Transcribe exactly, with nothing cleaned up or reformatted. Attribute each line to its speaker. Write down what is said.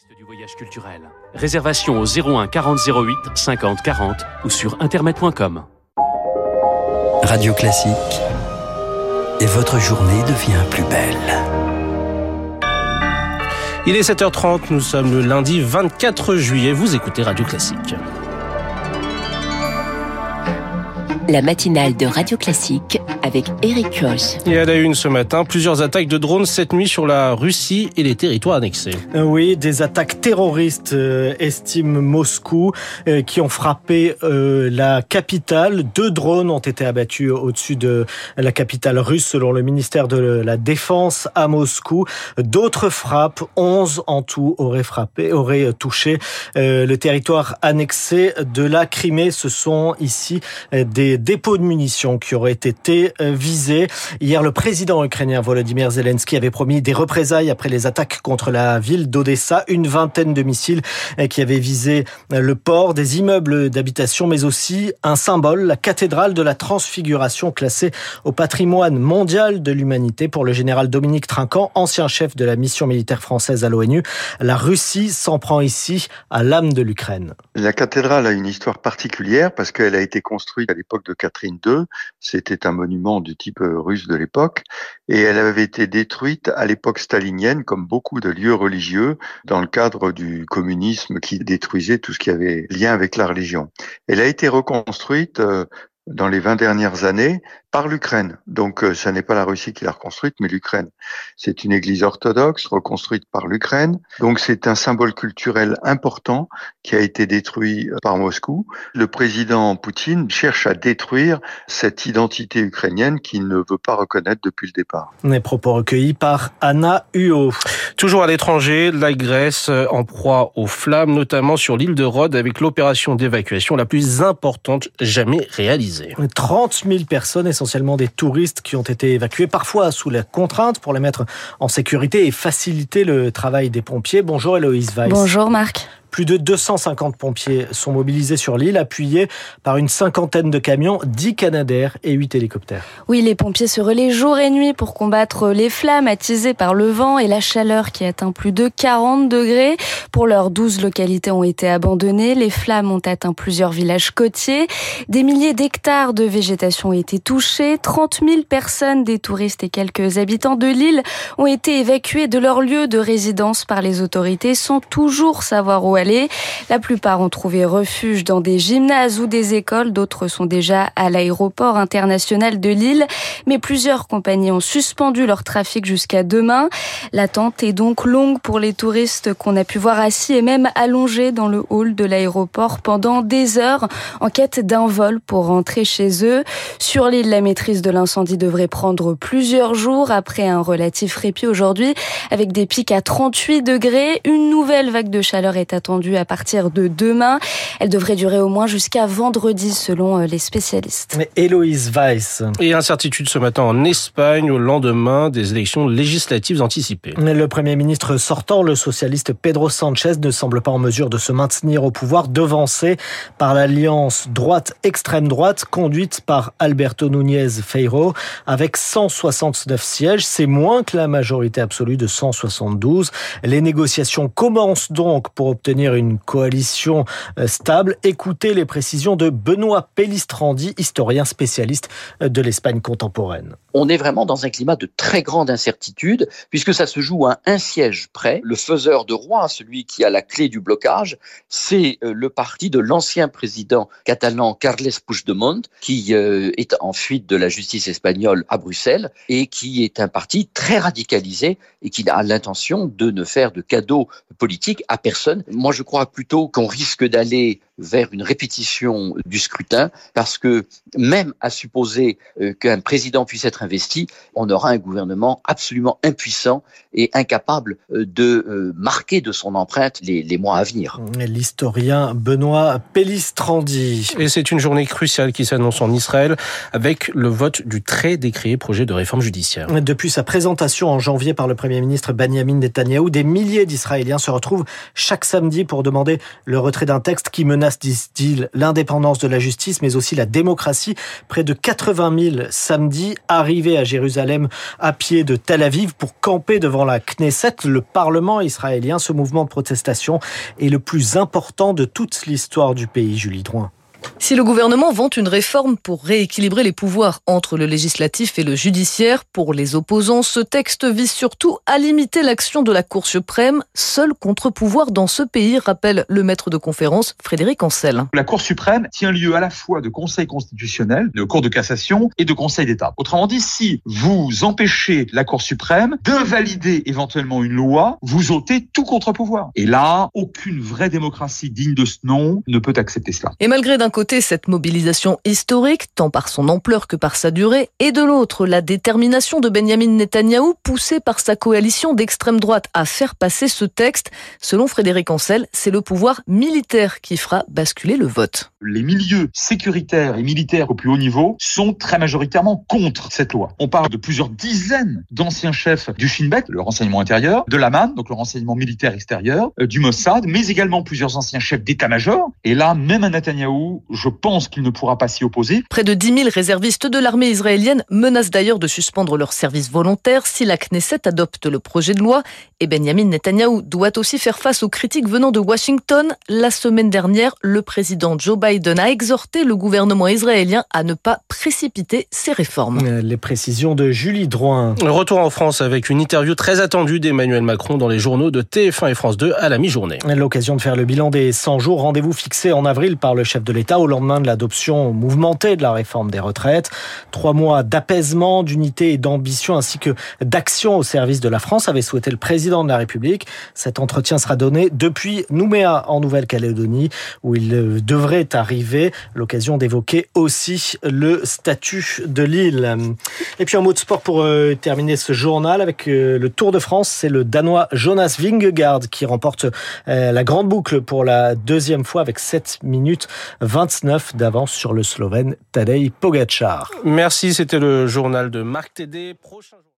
Speaker 1: Du voyage culturel. Réservation au zéro un quarante zéro huit cinquante quarante ou sur internet point com.
Speaker 2: Radio Classique. Et votre journée devient plus belle.
Speaker 3: Il est sept heures trente, nous sommes le lundi vingt-quatre juillet. Vous écoutez Radio Classique.
Speaker 4: La matinale de Radio Classique avec Éric Koch.
Speaker 3: Et à la une ce matin, plusieurs attaques de drones cette nuit sur la Russie et les territoires annexés.
Speaker 5: Oui, des attaques terroristes, euh, estime Moscou, euh, qui ont frappé euh, la capitale. Deux drones ont été abattus au-dessus de la capitale russe, selon le ministère de la Défense à Moscou. D'autres frappes, onze en tout, auraient frappé, auraient touché euh, le territoire annexé de la Crimée. Ce sont ici euh, des dépôts de munitions qui auraient été visés. Hier, le président ukrainien Volodymyr Zelensky avait promis des représailles après les attaques contre la ville d'Odessa. Une vingtaine de missiles qui avaient visé le port, des immeubles d'habitation, mais aussi un symbole, la cathédrale de la Transfiguration, classée au patrimoine mondial de l'humanité. Pour le général Dominique Trinquant, ancien chef de la mission militaire française à l'ONU, la Russie s'en prend ici à l'âme de l'Ukraine.
Speaker 6: La cathédrale a une histoire particulière parce qu'elle a été construite à l'époque de Catherine deux. C'était un monument du type russe de l'époque et elle avait été détruite à l'époque stalinienne comme beaucoup de lieux religieux dans le cadre du communisme qui détruisait tout ce qui avait lien avec la religion. Elle a été reconstruite euh, dans les vingt dernières années par l'Ukraine. Donc, euh, ça n'est pas la Russie qui l'a reconstruite, mais l'Ukraine. C'est une église orthodoxe reconstruite par l'Ukraine. Donc, c'est un symbole culturel important qui a été détruit par Moscou. Le président Poutine cherche à détruire cette identité ukrainienne qu'il ne veut pas reconnaître depuis le départ.
Speaker 5: Les propos recueillis par Anna Huot.
Speaker 3: Toujours à l'étranger, la Grèce en proie aux flammes, notamment sur l'île de Rhodes, avec l'opération d'évacuation la plus importante jamais réalisée.
Speaker 5: trente mille personnes, essentiellement des touristes, qui ont été évacués, parfois sous la contrainte pour les mettre en sécurité et faciliter le travail des pompiers. Bonjour Héloïse Weiss.
Speaker 7: Bonjour Marc.
Speaker 5: Plus de deux cent cinquante pompiers sont mobilisés sur l'île, appuyés par une cinquantaine de camions, dix Canadair et huit hélicoptères.
Speaker 7: Oui, les pompiers se relaient jour et nuit pour combattre les flammes attisées par le vent et la chaleur qui atteint plus de quarante degrés. Pour l'heure, douze localités ont été abandonnées. Les flammes ont atteint plusieurs villages côtiers. Des milliers d'hectares de végétation ont été touchés. trente mille personnes, des touristes et quelques habitants de l'île, ont été évacués de leur lieu de résidence par les autorités sans toujours savoir où aller. La plupart ont trouvé refuge dans des gymnases ou des écoles, d'autres sont déjà à l'aéroport international de Lille, mais plusieurs compagnies ont suspendu leur trafic jusqu'à demain. L'attente est donc longue pour les touristes qu'on a pu voir assis et même allongés dans le hall de l'aéroport pendant des heures en quête d'un vol pour rentrer chez eux. Sur l'île, la maîtrise de l'incendie devrait prendre plusieurs jours après un relatif répit aujourd'hui avec des pics à trente-huit degrés. Une nouvelle vague de chaleur est attendue à partir de demain. Elle devrait durer au moins jusqu'à vendredi selon les spécialistes.
Speaker 5: Mais Héloïse Weiss.
Speaker 3: Et incertitude ce matin en Espagne au lendemain des élections législatives anticipées.
Speaker 5: Le Premier ministre sortant, le socialiste Pedro Sánchez, ne semble pas en mesure de se maintenir au pouvoir, devancé par l'alliance droite-extrême droite conduite par Alberto Núñez Feijóo avec cent soixante-neuf sièges. C'est moins que la majorité absolue de cent soixante-douze. Les négociations commencent donc pour obtenir une coalition stable. Écoutez les précisions de Benoît Pellistrandi, historien spécialiste de l'Espagne contemporaine.
Speaker 8: On est vraiment dans un climat de très grande incertitude, puisque ça se joue à un siège près. Le faiseur de roi, celui qui a la clé du blocage, c'est le parti de l'ancien président catalan Carles Puigdemont, qui est en fuite de la justice espagnole à Bruxelles, et qui est un parti très radicalisé, et qui a l'intention de ne faire de cadeaux politiques à personne. Moi, je crois plutôt qu'on risque d'aller vers une répétition du scrutin, parce que même à supposer qu'un président puisse être investi, on aura un gouvernement absolument impuissant et incapable de marquer de son empreinte les, les mois à venir.
Speaker 5: L'historien Benoît Pellistrandi.
Speaker 3: Et c'est une journée cruciale qui s'annonce en Israël avec le vote du très décrié projet de réforme judiciaire.
Speaker 5: Depuis sa présentation en janvier par le Premier ministre Benyamin Netanyahou, des milliers d'Israéliens se retrouvent chaque samedi samedi pour demander le retrait d'un texte qui menace, disent-ils, l'indépendance de la justice, mais aussi la démocratie. Près de quatre-vingt mille samedi arrivés à Jérusalem à pied de Tel Aviv pour camper devant la Knesset, le Parlement israélien. Ce mouvement de protestation est le plus important de toute l'histoire du pays, Julie Drouin.
Speaker 9: Si le gouvernement vante une réforme pour rééquilibrer les pouvoirs entre le législatif et le judiciaire, pour les opposants, ce texte vise surtout à limiter l'action de la Cour suprême, seul contre-pouvoir dans ce pays, rappelle le maître de conférence Frédéric Ancel.
Speaker 10: La Cour suprême tient lieu à la fois de conseil constitutionnel, de Cour de cassation et de conseil d'État. Autrement dit, si vous empêchez la Cour suprême d'invalider éventuellement une loi, vous ôtez tout contre-pouvoir. Et là, aucune vraie démocratie digne de ce nom ne peut accepter cela.
Speaker 9: Et malgré d'un côté cette mobilisation historique, tant par son ampleur que par sa durée, et de l'autre la détermination de Benyamin Netanyahou, poussée par sa coalition d'extrême droite à faire passer ce texte, selon Frédéric Ancel, c'est le pouvoir militaire qui fera basculer le vote.
Speaker 10: Les milieux sécuritaires et militaires au plus haut niveau sont très majoritairement contre cette loi. On parle de plusieurs dizaines d'anciens chefs du Shin Bet, le renseignement intérieur, de l'Aman, donc le renseignement militaire extérieur, du Mossad, mais également plusieurs anciens chefs d'état-major. Et là, même à Netanyahou, je pense qu'il ne pourra pas s'y opposer.
Speaker 9: Près de dix mille réservistes de l'armée israélienne menacent d'ailleurs de suspendre leur service volontaire si la Knesset adopte le projet de loi. Et Benyamin Netanyahou doit aussi faire face aux critiques venant de Washington. La semaine dernière, le président Joe Biden a exhorté le gouvernement israélien à ne pas précipiter ses réformes.
Speaker 5: Les précisions de Julie Drouin.
Speaker 3: Retour en France avec une interview très attendue d'Emmanuel Macron dans les journaux de T F un et France deux à la mi-journée.
Speaker 5: L'occasion de faire le bilan des cent jours, rendez-vous fixé en avril par le chef de l'État au lendemain de l'adoption mouvementée de la réforme des retraites. Trois mois d'apaisement, d'unité et d'ambition ainsi que d'action au service de la France, avait souhaité le président de la République. Cet entretien sera donné depuis Nouméa en Nouvelle-Calédonie où il devrait arriver. L'occasion d'évoquer aussi le statut de l'île. Et puis un mot de sport pour euh, terminer ce journal avec euh, le Tour de France. C'est le Danois Jonas Vingegaard qui remporte euh, la grande boucle pour la deuxième fois avec sept minutes vingt-neuf d'avance sur le Slovène Tadej Pogačar.
Speaker 3: Merci, c'était le journal de Marc Tédé. Prochain